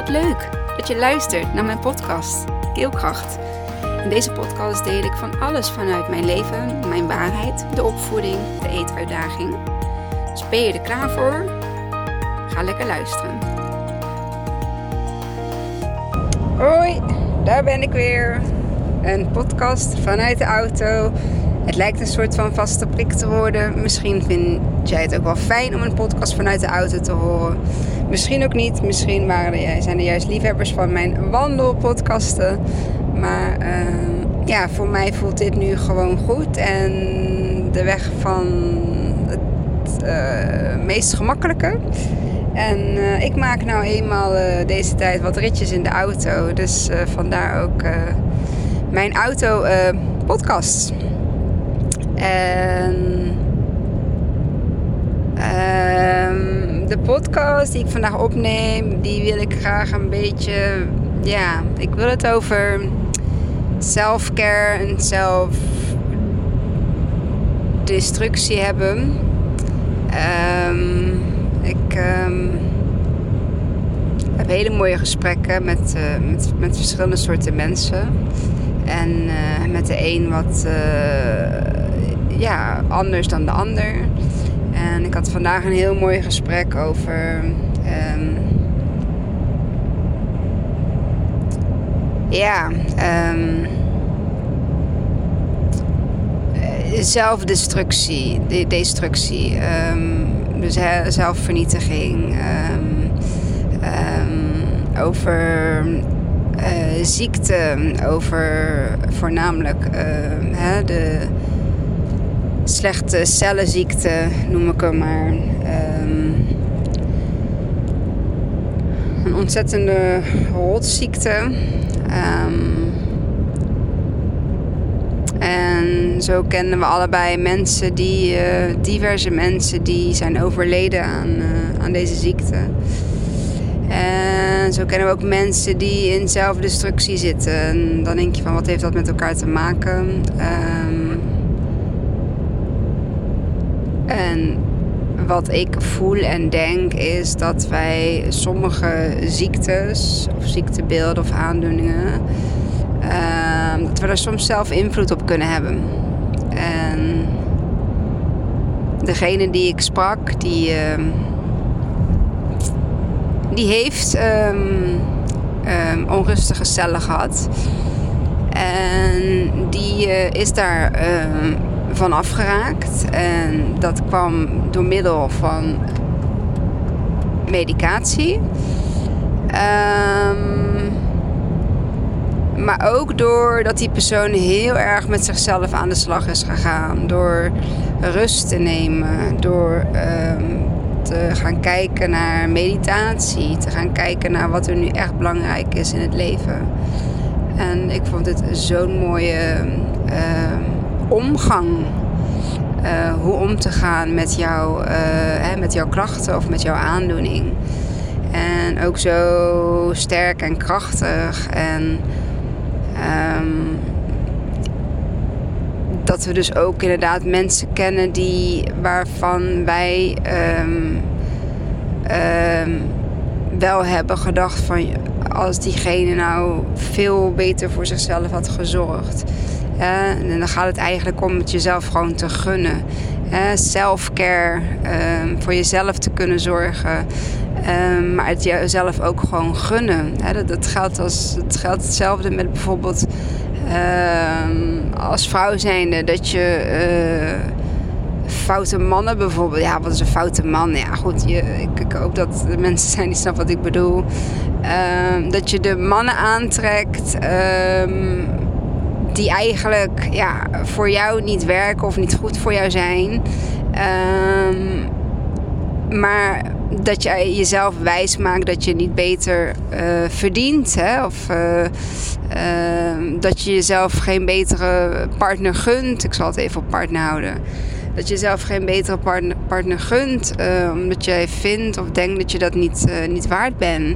Wat leuk dat je luistert naar mijn podcast Keelkracht. In deze podcast deel ik van alles vanuit mijn leven, mijn waarheid, de opvoeding, de eetuitdaging. Dus ben je er klaar voor? Ga lekker luisteren. Hoi, daar ben ik weer. Een podcast vanuit de auto. Het lijkt een soort van vaste prik te worden. Misschien vind jij het ook wel fijn om een podcast vanuit de auto te horen. Misschien ook niet. Misschien zijn er juist liefhebbers van mijn wandelpodcasten. Maar voor mij voelt dit nu gewoon goed. En de weg van het meest gemakkelijke. En ik maak nou eenmaal deze tijd wat ritjes in de auto. Dus vandaar ook mijn auto podcast. En de podcast die ik vandaag opneem, die wil ik graag een beetje... ik wil het over self-care en zelfdestructie hebben. Ik heb hele mooie gesprekken met verschillende soorten mensen. En met de een wat anders dan de ander. En ik had vandaag een heel mooi gesprek over zelfdestructie, destructie, dus zelfvernietiging, over ziekte, over voornamelijk de slechte cellenziekte, noem ik hem maar. Een ontzettende rotziekte. En zo kennen we allebei mensen diverse mensen die zijn overleden aan deze ziekte. En zo kennen we ook mensen die in zelfdestructie zitten. En dan denk je van, wat heeft dat met elkaar te maken? En wat ik voel en denk is dat wij sommige ziektes of ziektebeelden of aandoeningen, dat we daar soms zelf invloed op kunnen hebben. En degene die ik sprak, die heeft onrustige cellen gehad. En die is daar van afgeraakt. En dat kwam door middel van medicatie. Maar ook doordat die persoon heel erg met zichzelf aan de slag is gegaan. Door rust te nemen. Door te gaan kijken naar meditatie. Te gaan kijken naar wat er nu echt belangrijk is in het leven. En ik vond het zo'n mooie omgang. Hoe om te gaan met jouw klachten of met jouw aandoening. En ook zo sterk en krachtig. En dat we dus ook inderdaad mensen kennen waarvan wij wel hebben gedacht van, als diegene nou veel beter voor zichzelf had gezorgd. En dan gaat het eigenlijk om het jezelf gewoon te gunnen. Self-care, voor jezelf te kunnen zorgen. Maar het jezelf ook gewoon gunnen. Dat geldt hetzelfde met bijvoorbeeld als vrouw zijnde. Dat je foute mannen bijvoorbeeld. Ja, wat is een foute man? Ja, goed. Ik hoop dat er mensen zijn die snappen wat ik bedoel. Dat je de mannen aantrekt die eigenlijk voor jou niet werken of niet goed voor jou zijn. Maar dat je jezelf wijs maakt dat je niet beter verdient. Hè? Of dat je jezelf geen betere partner gunt. Ik zal het even op partner houden. Dat je jezelf geen betere partner gunt. Omdat jij vindt of denkt dat je dat niet waard bent.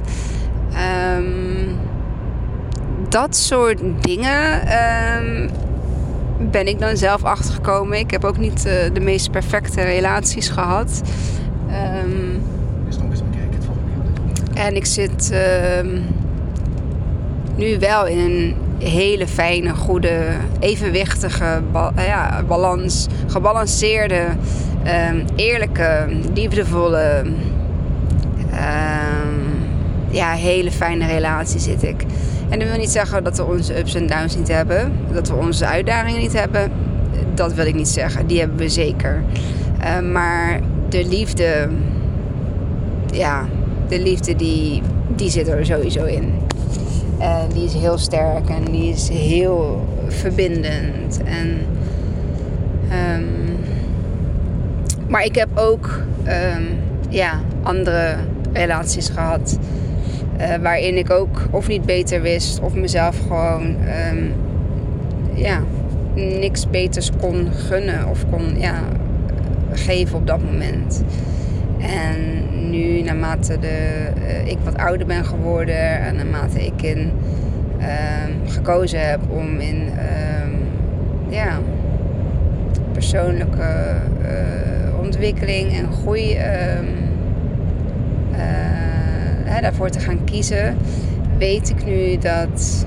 Dat soort dingen ben ik dan zelf achtergekomen. Ik heb ook niet de meest perfecte relaties gehad. En ik zit nu wel in een hele fijne, goede, evenwichtige balans. Gebalanceerde, eerlijke, liefdevolle, hele fijne relatie zit ik. En dat wil niet zeggen dat we onze ups en downs niet hebben. Dat we onze uitdagingen niet hebben. Dat wil ik niet zeggen. Die hebben we zeker. Maar de liefde... Ja, de liefde die zit er sowieso in. En die is heel sterk. En die is heel verbindend. Maar ik heb ook andere relaties gehad. Waarin ik ook of niet beter wist. Of mezelf gewoon niks beters kon gunnen. Of kon geven op dat moment. En nu, naarmate ik wat ouder ben geworden. En naarmate ik gekozen heb om in persoonlijke ontwikkeling en groei daarvoor te gaan kiezen, weet ik nu dat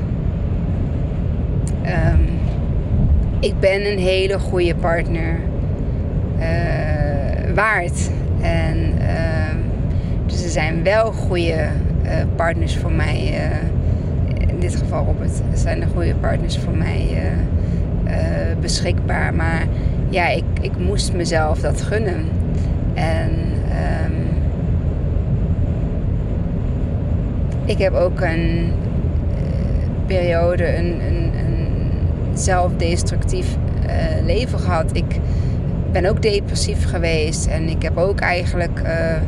ik ben een hele goede partner waard. En dus er zijn wel goede partners voor mij. In dit geval Robert. Er zijn de goede partners voor mij beschikbaar. Maar ja, ik moest mezelf dat gunnen. En ik heb ook een periode, een zelfdestructief leven gehad. Ik ben ook depressief geweest. En ik heb ook eigenlijk...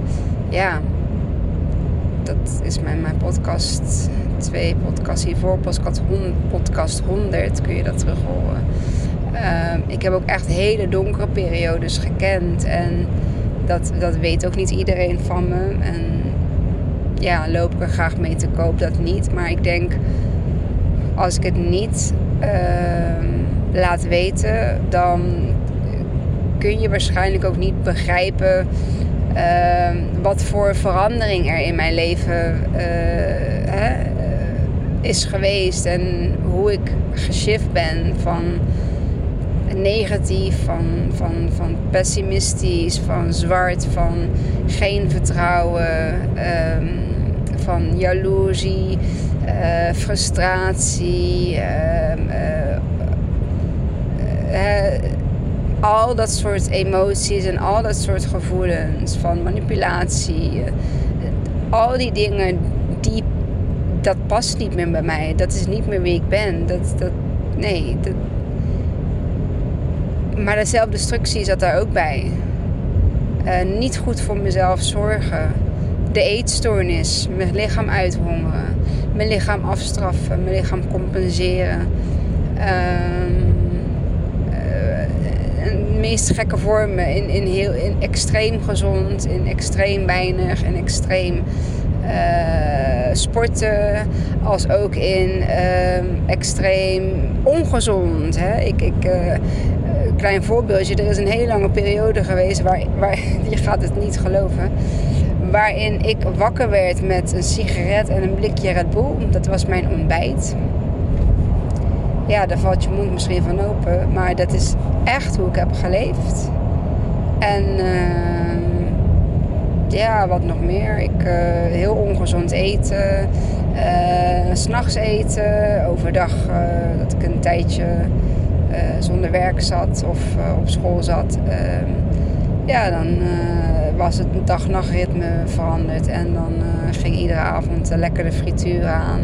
dat is mijn podcast 2 podcast hiervoor. Podcast 100 kun je dat terug horen. Ik heb ook echt hele donkere periodes gekend. En dat weet ook niet iedereen van me. En ja, loop ik er graag mee te koop, dat niet. Maar ik denk, als ik het niet laat weten, dan kun je waarschijnlijk ook niet begrijpen wat voor verandering er in mijn leven is geweest. En hoe ik geshift ben van negatief, van pessimistisch, van zwart, van geen vertrouwen, van jaloezie, frustratie, al dat soort emoties en al dat soort gevoelens van manipulatie, al die dingen, dat past niet meer bij mij. Dat is niet meer wie ik ben. Maar de zelfdestructie zat daar ook bij. Niet goed voor mezelf zorgen. De eetstoornis. Mijn lichaam uithongeren. Mijn lichaam afstraffen. Mijn lichaam compenseren. De meest gekke vormen. In extreem gezond. In extreem weinig. In extreem sporten. Als ook in extreem ongezond. Hè? Klein voorbeeldje. Er is een hele lange periode geweest waar je gaat het niet geloven. Waarin ik wakker werd met een sigaret en een blikje Red Bull. Dat was mijn ontbijt. Ja, daar valt je mond misschien van open. Maar dat is echt hoe ik heb geleefd. En wat nog meer. Heel ongezond eten. 's Nachts eten. Overdag dat ik een tijdje zonder werk zat of op school zat. Dan was het een dag-nachtritme veranderd. En dan ging iedere avond lekker de frituur aan.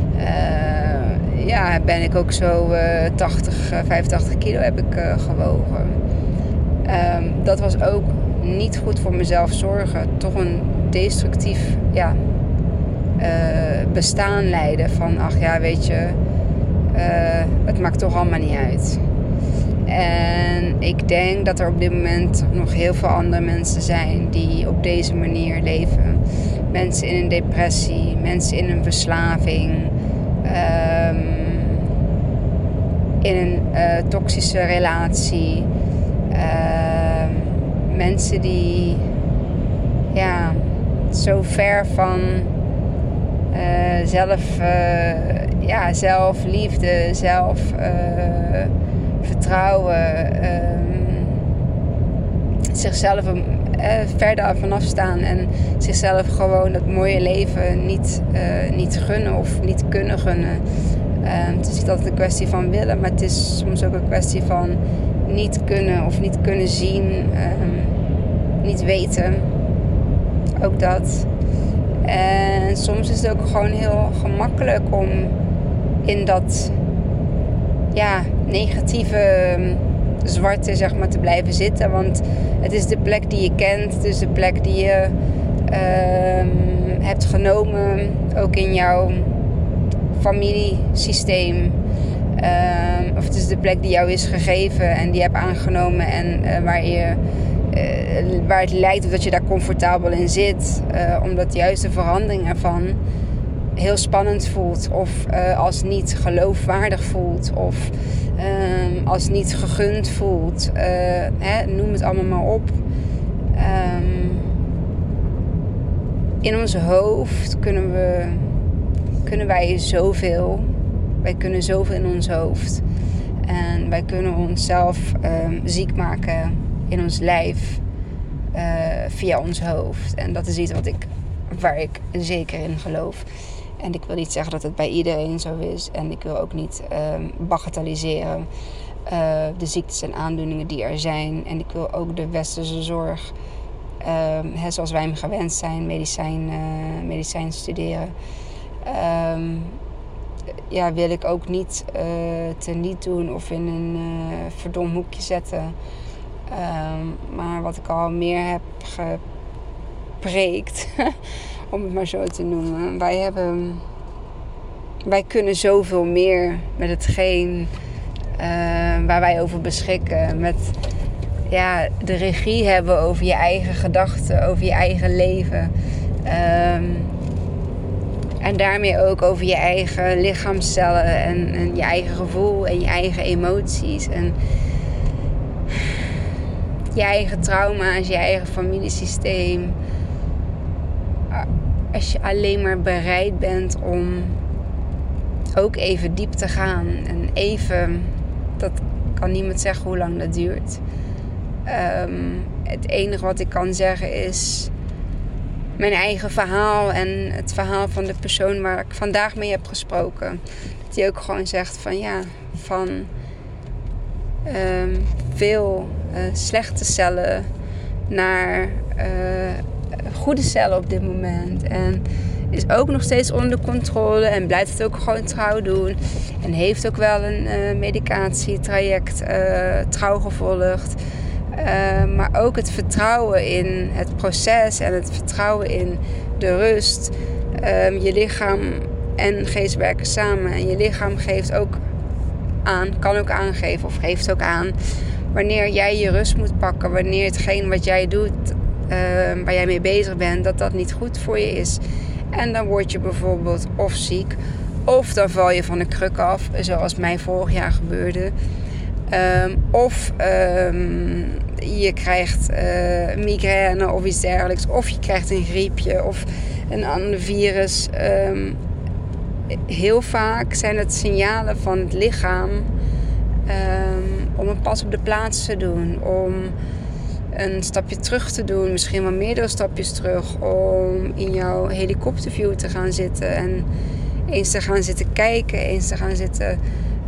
Ben ik ook zo 85 kilo heb ik gewogen. Dat was ook niet goed voor mezelf zorgen. Toch een destructief bestaan leiden. Van het maakt toch allemaal niet uit. En ik denk dat er op dit moment nog heel veel andere mensen zijn die op deze manier leven. Mensen in een depressie, mensen in een verslaving, in een toxische relatie, mensen die zo ver van zelfliefde, zelfvertrouwen, zichzelf verder vanaf staan en zichzelf gewoon dat mooie leven niet gunnen of niet kunnen gunnen. Het is niet altijd een kwestie van willen, maar het is soms ook een kwestie van niet kunnen of niet kunnen zien, niet weten. Ook dat. En soms is het ook gewoon heel gemakkelijk om in dat negatieve zwarte zeg maar te blijven zitten. Want het is de plek die je kent. Het is de plek die je hebt genomen. Ook in jouw familiesysteem. Of het is de plek die jou is gegeven en die je hebt aangenomen. En waar het lijkt of dat je daar comfortabel in zit. Omdat juist de verandering ervan heel spannend voelt. Of als niet geloofwaardig voelt. Of als niet gegund voelt. Noem het allemaal maar op. In ons hoofd kunnen wij zoveel. Wij kunnen zoveel in ons hoofd. En wij kunnen onszelf ziek maken in ons lijf. Via ons hoofd. En dat is iets waar ik zeker in geloof. En ik wil niet zeggen dat het bij iedereen zo is. En ik wil ook niet bagatelliseren de ziektes en aandoeningen die er zijn. En ik wil ook de westerse zorg, zoals wij hem gewend zijn, medicijn studeren. Wil ik ook niet teniet doen of in een verdom hoekje zetten. Maar wat ik al meer heb gepreekt, om het maar zo te noemen. Wij kunnen zoveel meer met hetgeen waar wij over beschikken. Met de regie hebben over je eigen gedachten, over je eigen leven. En daarmee ook over je eigen lichaamscellen en je eigen gevoel en je eigen emoties. En je eigen trauma's, je eigen familiesysteem. Als je alleen maar bereid bent om ook even diep te gaan. En even, dat kan niemand zeggen hoe lang dat duurt. Het enige wat ik kan zeggen is mijn eigen verhaal en het verhaal van de persoon waar ik vandaag mee heb gesproken. Dat die ook gewoon zegt van veel slechte cellen naar goede cellen op dit moment. En is ook nog steeds onder controle en blijft het ook gewoon trouw doen. En heeft ook wel een medicatietraject trouw gevolgd. Maar ook het vertrouwen in het proces en het vertrouwen in de rust. Je lichaam en geest werken samen. En je lichaam kan ook aangeven of geeft ook aan wanneer jij je rust moet pakken. Wanneer hetgeen wat jij doet, waar jij mee bezig bent, dat niet goed voor je is. En dan word je bijvoorbeeld of ziek, of dan val je van de kruk af, zoals mij vorig jaar gebeurde. Of je krijgt migraine of iets dergelijks. Of je krijgt een griepje of een ander virus. Heel vaak zijn het signalen van het lichaam om een pas op de plaats te doen. Om een stapje terug te doen. Misschien wel meerdere stapjes terug. Om in jouw helikopterview te gaan zitten. En eens te gaan zitten kijken. Eens te gaan zitten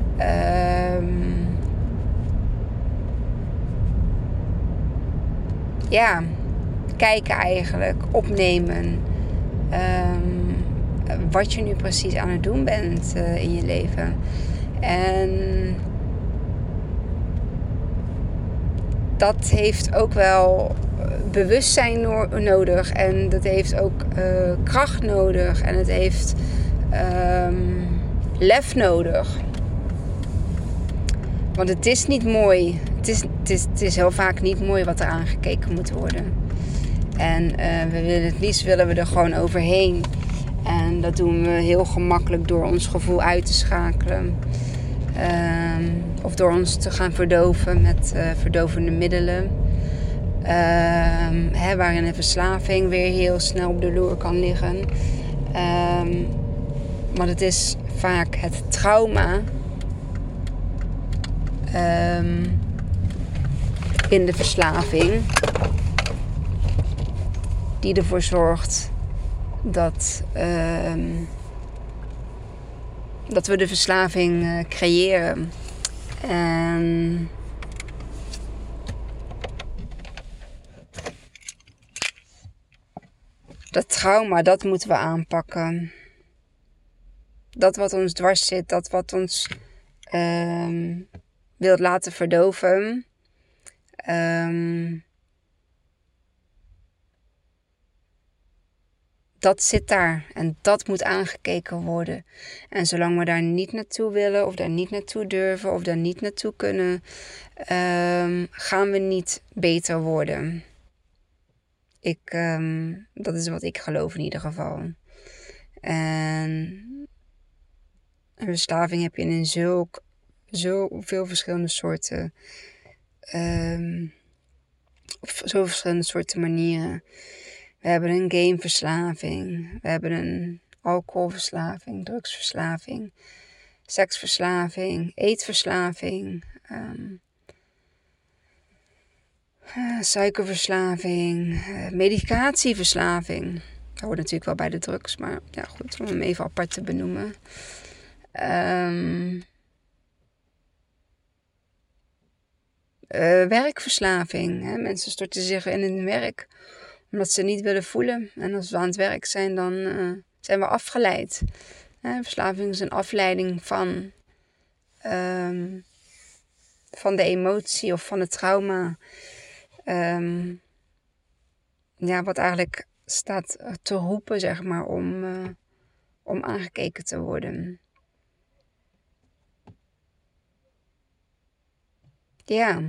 kijken eigenlijk. Opnemen. Wat je nu precies aan het doen bent in je leven. En dat heeft ook wel bewustzijn nodig. En dat heeft ook kracht nodig. En het heeft lef nodig. Want het is niet mooi. Het is heel vaak niet mooi wat er aangekeken moet worden. En het liefst willen we er gewoon overheen. En dat doen we heel gemakkelijk door ons gevoel uit te schakelen. Of door ons te gaan verdoven met verdovende middelen. Waarin een verslaving weer heel snel op de loer kan liggen. Want het is vaak het trauma in de verslaving die ervoor zorgt dat we de verslaving creëren. En dat trauma, dat moeten we aanpakken. Dat wat ons dwars zit, dat wat ons wilt laten verdoven. Dat zit daar en dat moet aangekeken worden. En zolang we daar niet naartoe willen of daar niet naartoe durven of daar niet naartoe kunnen, gaan we niet beter worden. Dat is wat ik geloof in ieder geval. En een verslaving heb je in zoveel verschillende soorten. Op zoveel verschillende soorten manieren. We hebben een gameverslaving. We hebben een alcoholverslaving, drugsverslaving, seksverslaving, eetverslaving, suikerverslaving, medicatieverslaving. Dat hoort natuurlijk wel bij de drugs, maar ja goed, om hem even apart te benoemen. Werkverslaving. Hè? Mensen storten zich in hun werk omdat ze niet willen voelen. En als we aan het werk zijn, dan zijn we afgeleid. Verslaving is een afleiding van de emotie of van het trauma. Wat eigenlijk staat te roepen, zeg maar, om aangekeken te worden. Ja.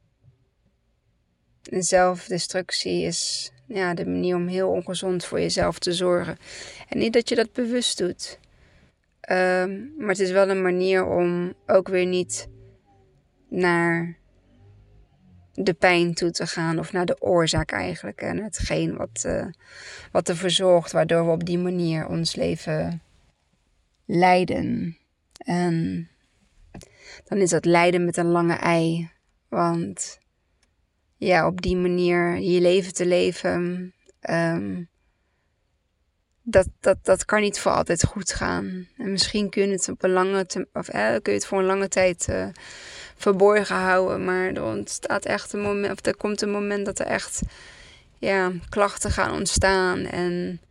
En zelfdestructie is de manier om heel ongezond voor jezelf te zorgen. En niet dat je dat bewust doet. Maar het is wel een manier om ook weer niet naar de pijn toe te gaan. Of naar de oorzaak eigenlijk. En hetgeen wat ervoor zorgt. Waardoor we op die manier ons leven leiden. En dan is dat lijden met een lange ei. Want op die manier je leven te leven, dat kan niet voor altijd goed gaan. En misschien kun je het kun je het voor een lange tijd verborgen houden, maar er ontstaat echt een moment, of er komt een moment dat er echt klachten gaan ontstaan en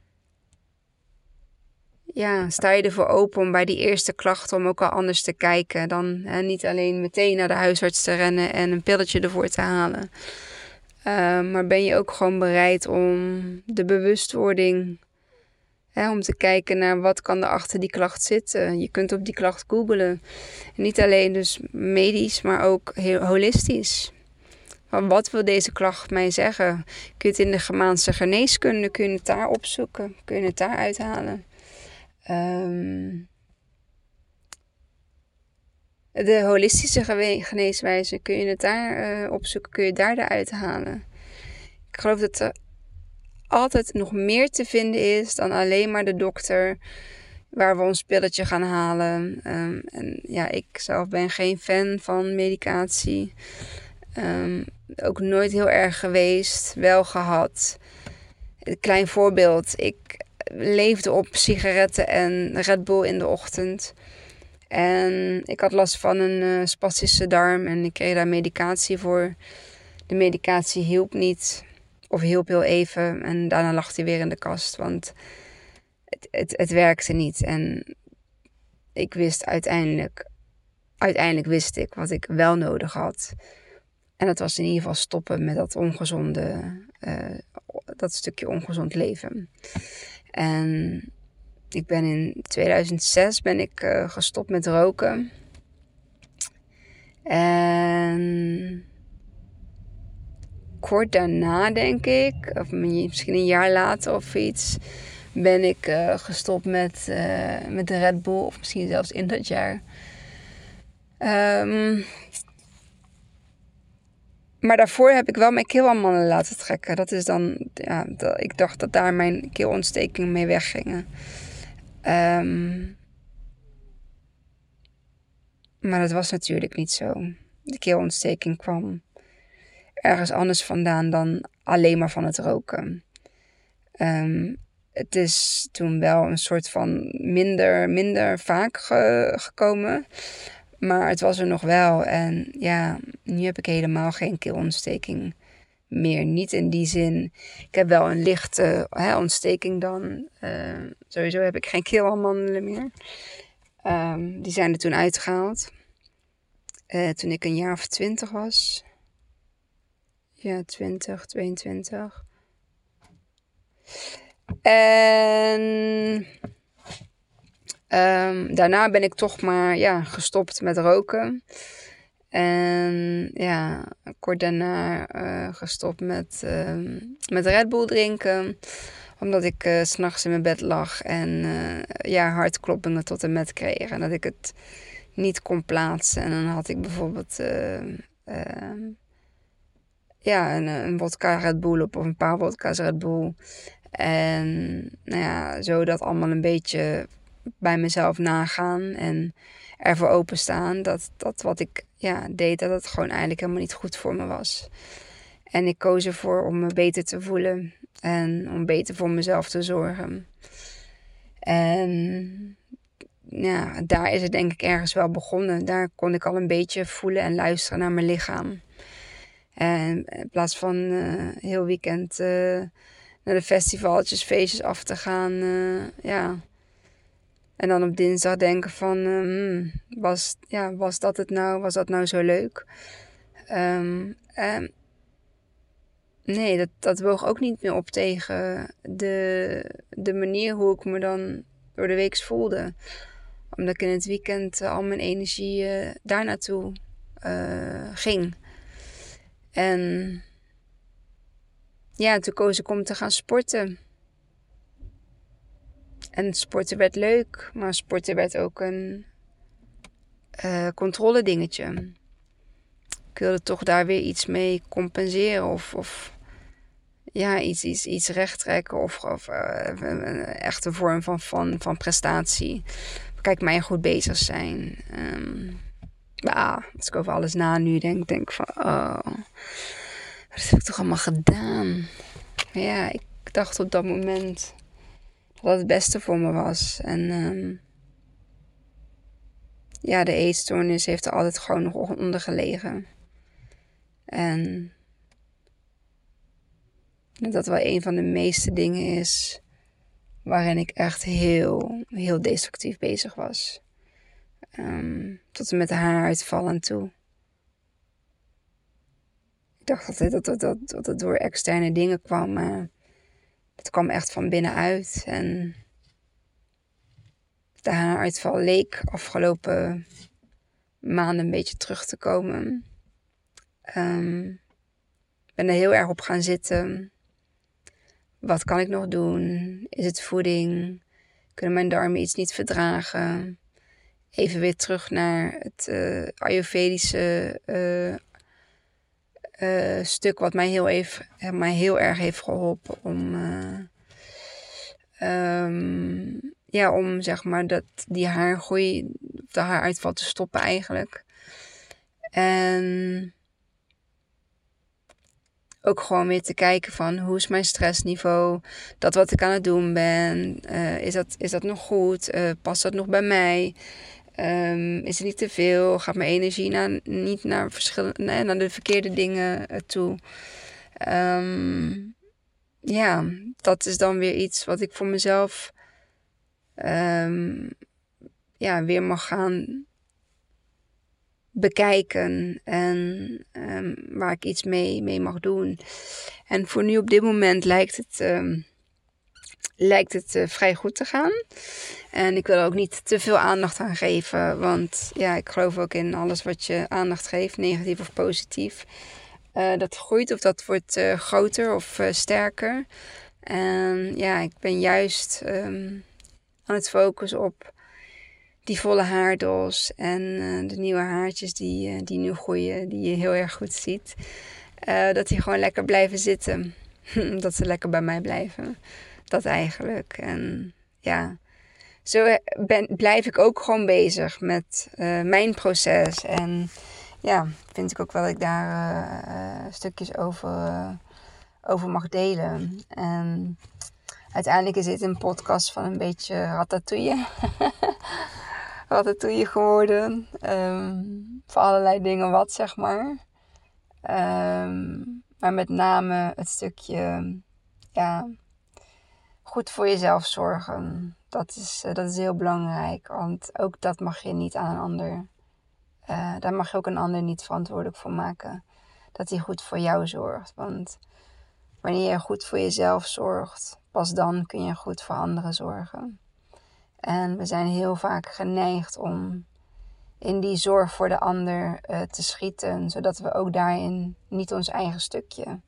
sta je ervoor open om bij die eerste klachten om ook al anders te kijken. Dan niet alleen meteen naar de huisarts te rennen en een pilletje ervoor te halen. Maar ben je ook gewoon bereid om de bewustwording, om te kijken naar wat kan er achter die klacht zitten. Je kunt op die klacht googlen. En niet alleen dus medisch, maar ook heel holistisch. Wat wil deze klacht mij zeggen? Kun je het in de Germaanse geneeskunde, kun je het daar opzoeken? Kun je het daar uithalen? De holistische geneeswijze, kun je het daar opzoeken, kun je daar eruit halen. Ik geloof dat er altijd nog meer te vinden is dan alleen maar de dokter waar we ons pilletje gaan halen. Ik zelf ben geen fan van medicatie. Ook nooit heel erg geweest, wel gehad. Een klein voorbeeld, ik leefde op sigaretten en Red Bull in de ochtend. En ik had last van een spastische darm en ik kreeg daar medicatie voor. De medicatie hielp niet, of hielp heel even. En daarna lag hij weer in de kast, want het werkte niet. En ik wist uiteindelijk wist ik wat ik wel nodig had. En dat was in ieder geval stoppen met dat dat stukje ongezond leven. En ik ben in 2006 gestopt met roken. En kort daarna, denk ik, of misschien een jaar later of iets, ben ik gestopt met de Red Bull. Of misschien zelfs in dat jaar. Maar daarvoor heb ik wel mijn keelwandmannen laten trekken. Dat is dan, ik dacht dat daar mijn keelontstekingen mee weggingen. Maar dat was natuurlijk niet zo. De keelontsteking kwam ergens anders vandaan dan alleen maar van het roken. Het is toen wel een soort van minder vaak gekomen. Maar het was er nog wel. En ja, nu heb ik helemaal geen keelontsteking meer. Niet in die zin. Ik heb wel een lichte ontsteking dan. Sowieso heb ik geen keelwandmandelen meer. Die zijn er toen uitgehaald. Toen ik een jaar of 20 was. Ja, 20, 22. En daarna ben ik toch maar gestopt met roken. En kort daarna gestopt met Red Bull drinken. Omdat ik 's nachts in mijn bed lag en hartkloppingen tot en met kreeg. En dat ik het niet kon plaatsen. En dan had ik bijvoorbeeld een vodka Red Bull op of een paar vodka's Red Bull. En zo dat allemaal een beetje bij mezelf nagaan en ervoor openstaan. Dat wat ik deed, dat het gewoon eigenlijk helemaal niet goed voor me was. En ik koos ervoor om me beter te voelen en om beter voor mezelf te zorgen. En daar is het denk ik ergens wel begonnen. Daar kon ik al een beetje voelen en luisteren naar mijn lichaam. En in plaats van heel weekend naar de festivaltjes, feestjes af te gaan. En dan op dinsdag denken van, was dat het nou? Was dat nou zo leuk? Nee, dat woog ook niet meer op tegen de manier hoe ik me dan door de week voelde. Omdat ik in het weekend al mijn energie daar naartoe ging. En toen koos ik om te gaan sporten. En sporten werd leuk, maar sporten werd ook een controle dingetje. Ik wilde toch daar weer iets mee compenseren of iets recht trekken of een echte vorm van prestatie. Kijk, mij goed bezig zijn. Als ik over alles na nu denk ik van, wat heb ik toch allemaal gedaan? Maar ja, ik dacht op dat moment dat het beste voor me was. En de eetstoornis heeft er altijd gewoon nog onder gelegen. En dat wel een van de meeste dingen is waarin ik echt heel, heel destructief bezig was. Tot en met de haaruitval aan toe. Ik dacht altijd dat het door externe dingen kwam, maar het kwam echt van binnenuit. En de haaruitval leek afgelopen maanden een beetje terug te komen. Ik ben er heel erg op gaan zitten. Wat kan ik nog doen? Is het voeding? Kunnen mijn darmen iets niet verdragen? Even weer terug naar het Ayurvedische stuk wat mij heel erg heeft geholpen om zeg maar die haargroei, de haaruitval te stoppen eigenlijk. En ook gewoon weer te kijken van hoe is mijn stressniveau, dat wat ik aan het doen ben, is dat nog goed, past dat nog bij mij, is het niet te veel, gaat mijn energie niet naar naar de verkeerde dingen toe. Dat is dan weer iets wat ik voor mezelf weer mag gaan bekijken en waar ik iets mee mag doen. En voor nu op dit moment lijkt het vrij goed te gaan. En ik wil er ook niet te veel aandacht aan geven, want ik geloof ook in alles wat je aandacht geeft, negatief of positief. Dat groeit of dat wordt groter of sterker. En ik ben juist aan het focussen op die volle haardos en de nieuwe haartjes die nu groeien, die je heel erg goed ziet. Dat die gewoon lekker blijven zitten. Dat ze lekker bij mij blijven. Dat eigenlijk. En ja, zo blijf ik ook gewoon bezig met mijn proces. En ja, vind ik ook wel dat ik daar stukjes over mag delen. En uiteindelijk is dit een podcast van een beetje ratatouille. Ratatouille geworden. Voor allerlei dingen wat, zeg maar. Maar met name het stukje goed voor jezelf zorgen. Dat is heel belangrijk. Want ook dat mag je niet aan een ander. Daar mag je ook een ander niet verantwoordelijk voor maken. Dat hij goed voor jou zorgt. Want wanneer je goed voor jezelf zorgt, pas dan kun je goed voor anderen zorgen. En we zijn heel vaak geneigd om in die zorg voor de ander te schieten. Zodat we ook daarin niet ons eigen stukje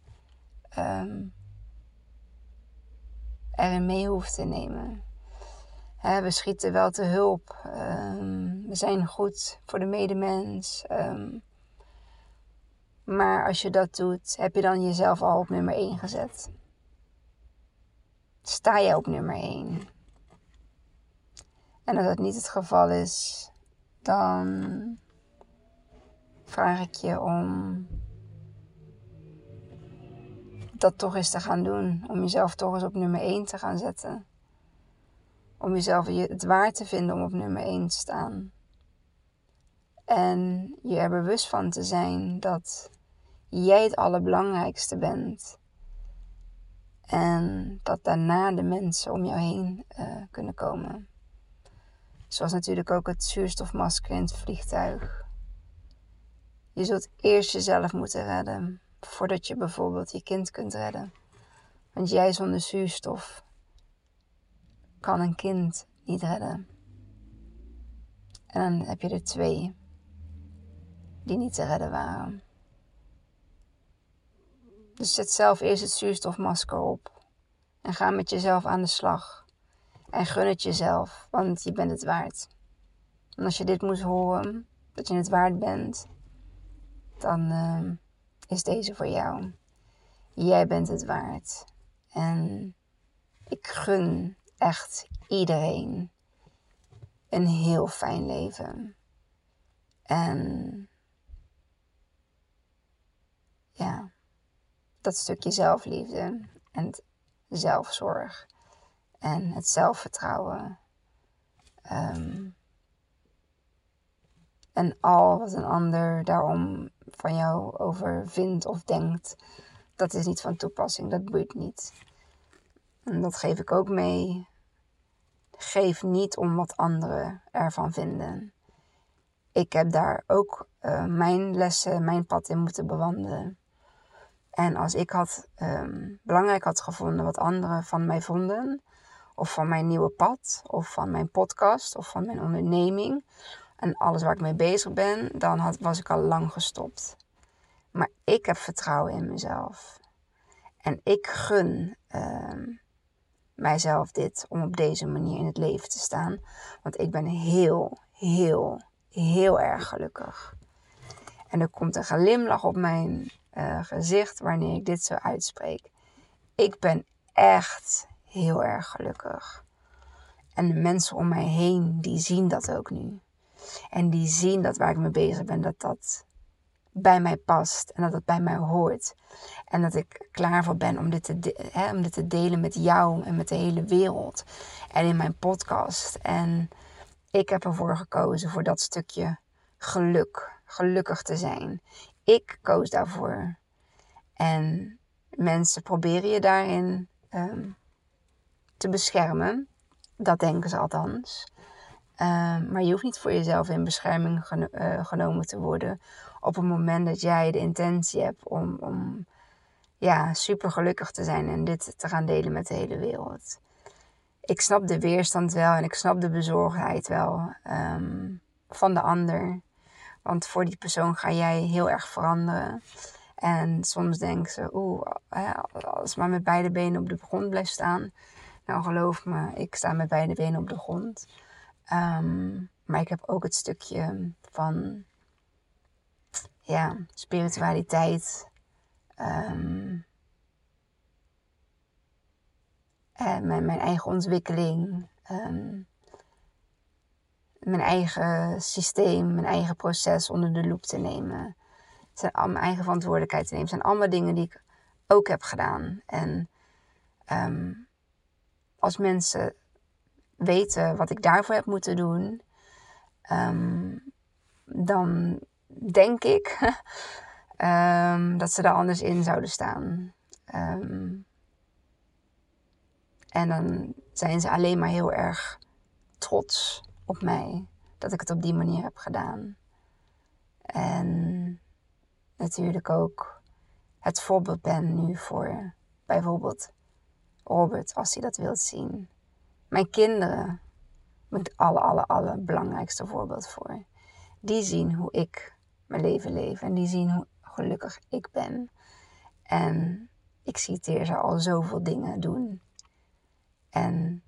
erin mee hoeven te nemen. We schieten wel te hulp. We zijn goed voor de medemens. Maar als je dat doet, heb je dan jezelf al op nummer 1 gezet. Sta je op nummer 1. En als dat niet het geval is, dan vraag ik je om dat toch eens te gaan doen. Om jezelf toch eens op nummer 1 te gaan zetten. Om jezelf het waard te vinden om op nummer 1 te staan. En je er bewust van te zijn dat jij het allerbelangrijkste bent. En dat daarna de mensen om jou heen kunnen komen. Zoals natuurlijk ook het zuurstofmasker in het vliegtuig. Je zult eerst jezelf moeten redden. Voordat je bijvoorbeeld je kind kunt redden. Want jij zonder zuurstof kan een kind niet redden. En dan heb je er 2 die niet te redden waren. Dus zet zelf eerst het zuurstofmasker op. En ga met jezelf aan de slag. En gun het jezelf, want je bent het waard. En als je dit moet horen, dat je het waard bent, dan is deze voor jou. Jij bent het waard. En ik gun echt iedereen een heel fijn leven. En ja, dat stukje zelfliefde en het zelfzorg en het zelfvertrouwen. En al wat een ander daarom van jou over vindt of denkt, dat is niet van toepassing, dat boeit niet. En dat geef ik ook mee. Geef niet om wat anderen ervan vinden. Ik heb daar ook mijn lessen, mijn pad in moeten bewandelen. En als ik belangrijk had gevonden wat anderen van mij vonden, of van mijn nieuwe pad, of van mijn podcast, of van mijn onderneming, en alles waar ik mee bezig ben, dan was ik al lang gestopt. Maar ik heb vertrouwen in mezelf. En ik gun mijzelf dit om op deze manier in het leven te staan. Want ik ben heel, heel, heel erg gelukkig. En er komt een glimlach op mijn gezicht wanneer ik dit zo uitspreek. Ik ben echt heel erg gelukkig. En de mensen om mij heen, die zien dat ook nu. En die zien dat waar ik mee bezig ben, dat bij mij past. En dat het bij mij hoort. En dat ik klaar voor ben om dit te delen met jou en met de hele wereld. En in mijn podcast. En ik heb ervoor gekozen voor dat stukje geluk. Gelukkig te zijn. Ik koos daarvoor. En mensen proberen je daarin te beschermen. Dat denken ze althans. Maar je hoeft niet voor jezelf in bescherming genomen te worden. Op het moment dat jij de intentie hebt om super gelukkig te zijn. En dit te gaan delen met de hele wereld. Ik snap de weerstand wel. En ik snap de bezorgdheid wel. Van de ander. Want voor die persoon ga jij heel erg veranderen. En soms denken ze, als maar met beide benen op de grond blijft staan. Nou, geloof me, ik sta met beide benen op de grond. Maar ik heb ook het stukje van spiritualiteit En mijn eigen ontwikkeling. Mijn eigen systeem, mijn eigen proces onder de loep te nemen. Het zijn mijn eigen verantwoordelijkheid te nemen. Het zijn allemaal dingen die ik ook heb gedaan. En als mensen weten wat ik daarvoor heb moeten doen, dan denk ik dat ze daar anders in zouden staan. En dan zijn ze alleen maar heel erg trots op mij dat ik het op die manier heb gedaan. En natuurlijk ook het voorbeeld ben nu voor bijvoorbeeld Robert, als hij dat wilt zien. Mijn kinderen ben ik het allerbelangrijkste voorbeeld voor. Die zien hoe ik mijn leven leef en die zien hoe gelukkig ik ben. En ik zie ze al zoveel dingen doen. En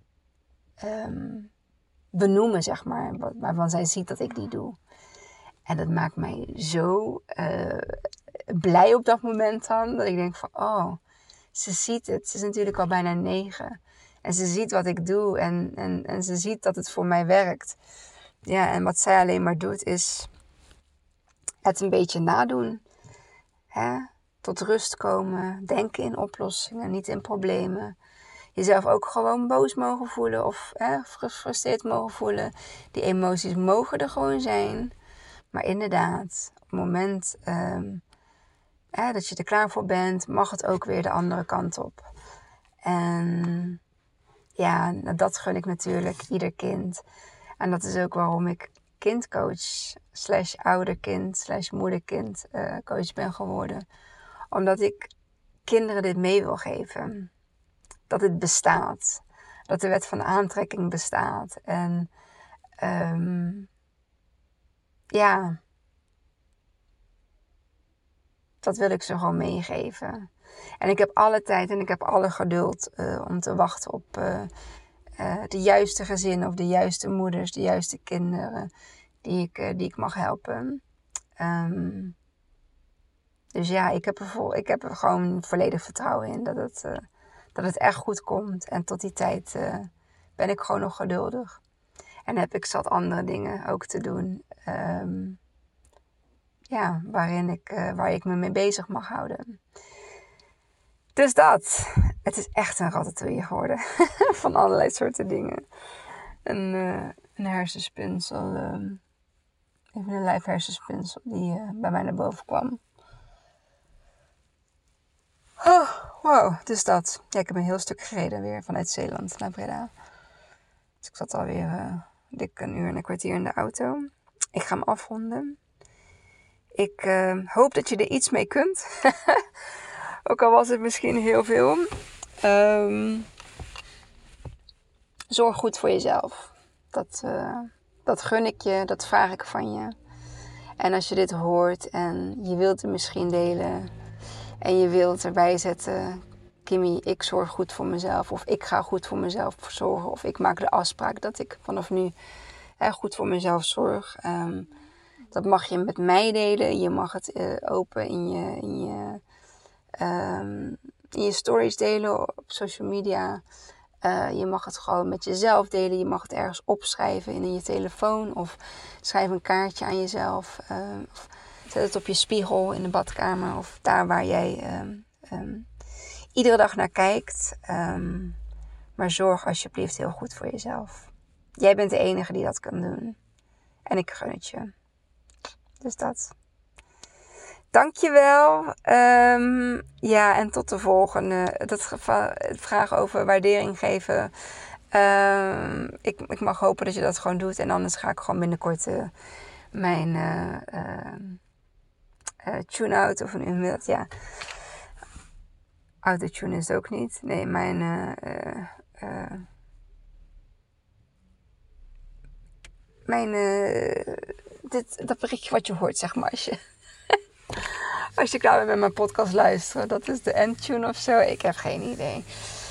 benoemen, zeg maar, waarvan zij ziet dat ik die doe. En dat maakt mij zo blij op dat moment dan, dat ik denk van, oh, ze ziet het. Ze is natuurlijk al bijna 9. En ze ziet wat ik doe en ze ziet dat het voor mij werkt. Ja, en wat zij alleen maar doet is het een beetje nadoen. Hè? Tot rust komen, denken in oplossingen, niet in problemen. Jezelf ook gewoon boos mogen voelen of gefrustreerd mogen voelen. Die emoties mogen er gewoon zijn. Maar inderdaad, op het moment dat je er klaar voor bent, mag het ook weer de andere kant op. En ja, dat gun ik natuurlijk ieder kind. En dat is ook waarom ik kindcoach /ouderkind /moederkind coach ben geworden. Omdat ik kinderen dit mee wil geven. Dat het bestaat. Dat de wet van aantrekking bestaat. En dat wil ik ze gewoon meegeven. En ik heb alle tijd en ik heb alle geduld om te wachten op de juiste gezinnen of de juiste moeders, de juiste kinderen die ik mag helpen. Dus ja, ik heb er gewoon volledig vertrouwen in dat het echt goed komt. En tot die tijd ben ik gewoon nog geduldig. En heb ik zat andere dingen ook te doen. Waar ik me mee bezig mag houden. Dus dat. Het is echt een ratatouille geworden. Van allerlei soorten dingen. Een hersenspinsel. Even een lijf hersenspinsel die bij mij naar boven kwam. Oh, wow, dus dat. Ja, ik heb een heel stuk gereden weer vanuit Zeeland naar Breda. Dus ik zat alweer dik 1 uur en een kwartier in de auto. Ik ga hem afronden. Ik hoop dat je er iets mee kunt. Ook al was het misschien heel veel. Zorg goed voor jezelf. Dat gun ik je, dat vraag ik van je. En als je dit hoort en je wilt het misschien delen. En je wilt erbij zetten, Kimmy, ik zorg goed voor mezelf. Of ik ga goed voor mezelf zorgen. Of ik maak de afspraak dat ik vanaf nu goed voor mezelf zorg. Dat mag je met mij delen. Je mag het open in je stories delen op social media. Je mag het gewoon met jezelf delen. Je mag het ergens opschrijven in je telefoon. Of schrijf een kaartje aan jezelf. Of zet het op je spiegel in de badkamer. Of daar waar jij iedere dag naar kijkt. Maar zorg alsjeblieft heel goed voor jezelf. Jij bent de enige die dat kan doen. En ik gun het je. Dus dat. Dankjewel. En tot de volgende. Het vragen over waardering geven. Ik mag hopen dat je dat gewoon doet. En anders ga ik gewoon binnenkort mijn tune-out. Of een dat, ja. Autotune is het ook niet. Nee, dat berichtje wat je hoort, zeg maar. Als je klaar bent met mijn podcast luisteren. Dat is de endtune of zo. Ik heb geen idee.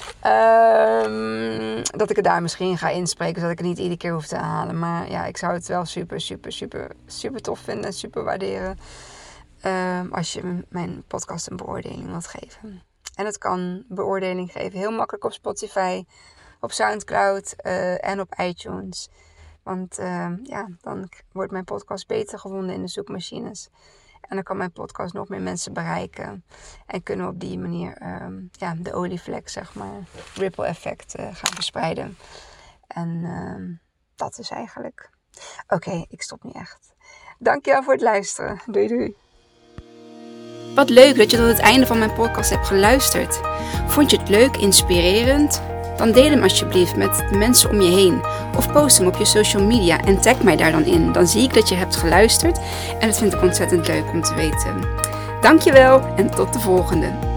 Dat ik het daar misschien ga inspreken. Zodat ik het niet iedere keer hoef te halen. Maar ja, ik zou het wel super, super, super, super tof vinden. Super waarderen. als je mijn podcast een beoordeling wilt geven. En het kan beoordeling geven heel makkelijk op Spotify, op Soundcloud en op iTunes. Want dan wordt mijn podcast beter gevonden in de zoekmachines. En dan kan mijn podcast nog meer mensen bereiken. En kunnen we op die manier de olievlek, zeg maar, ripple effect gaan verspreiden. En dat is eigenlijk. Oké, ik stop nu echt. Dankjewel voor het luisteren. Doei doei. Wat leuk dat je tot het einde van mijn podcast hebt geluisterd. Vond je het leuk, inspirerend? Dan deel hem alsjeblieft met de mensen om je heen. Of post hem op je social media en tag mij daar dan in. Dan zie ik dat je hebt geluisterd en dat vind ik ontzettend leuk om te weten. Dankjewel en tot de volgende.